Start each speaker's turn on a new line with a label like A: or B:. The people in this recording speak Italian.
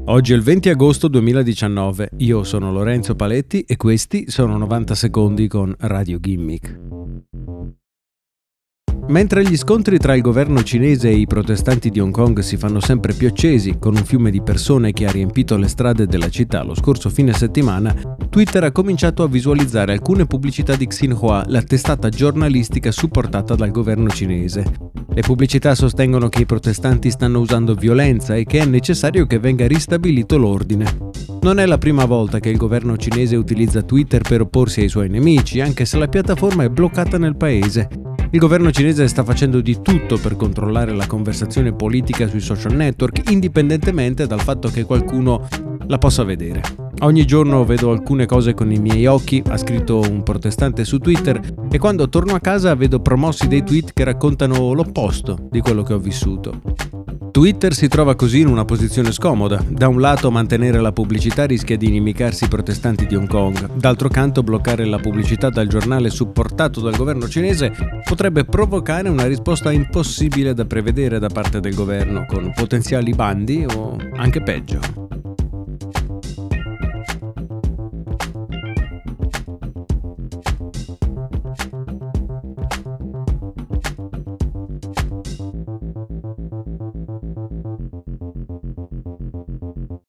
A: Oggi è il 20 agosto 2019, io sono Lorenzo Paletti e questi sono 90 secondi con Radio Gimmick. Mentre gli scontri tra il governo cinese e i protestanti di Hong Kong si fanno sempre più accesi, con un fiume di persone che ha riempito le strade della città lo scorso fine settimana, Twitter ha cominciato a visualizzare alcune pubblicità di Xinhua, la testata giornalistica supportata dal governo cinese. Le pubblicità sostengono che i protestanti stanno usando violenza e che è necessario che venga ristabilito l'ordine. Non è la prima volta che il governo cinese utilizza Twitter per opporsi ai suoi nemici, anche se la piattaforma è bloccata nel paese. Il governo cinese sta facendo di tutto per controllare la conversazione politica sui social network, indipendentemente dal fatto che qualcuno la possa vedere. Ogni giorno vedo alcune cose con i miei occhi, ha scritto un protestante su Twitter, e quando torno a casa vedo promossi dei tweet che raccontano l'opposto di quello che ho vissuto. Twitter si trova così in una posizione scomoda. Da un lato mantenere la pubblicità rischia di inimicarsi i protestanti di Hong Kong, d'altro canto bloccare la pubblicità dal giornale supportato dal governo cinese potrebbe provocare una risposta impossibile da prevedere da parte del governo, con potenziali bandi o anche peggio.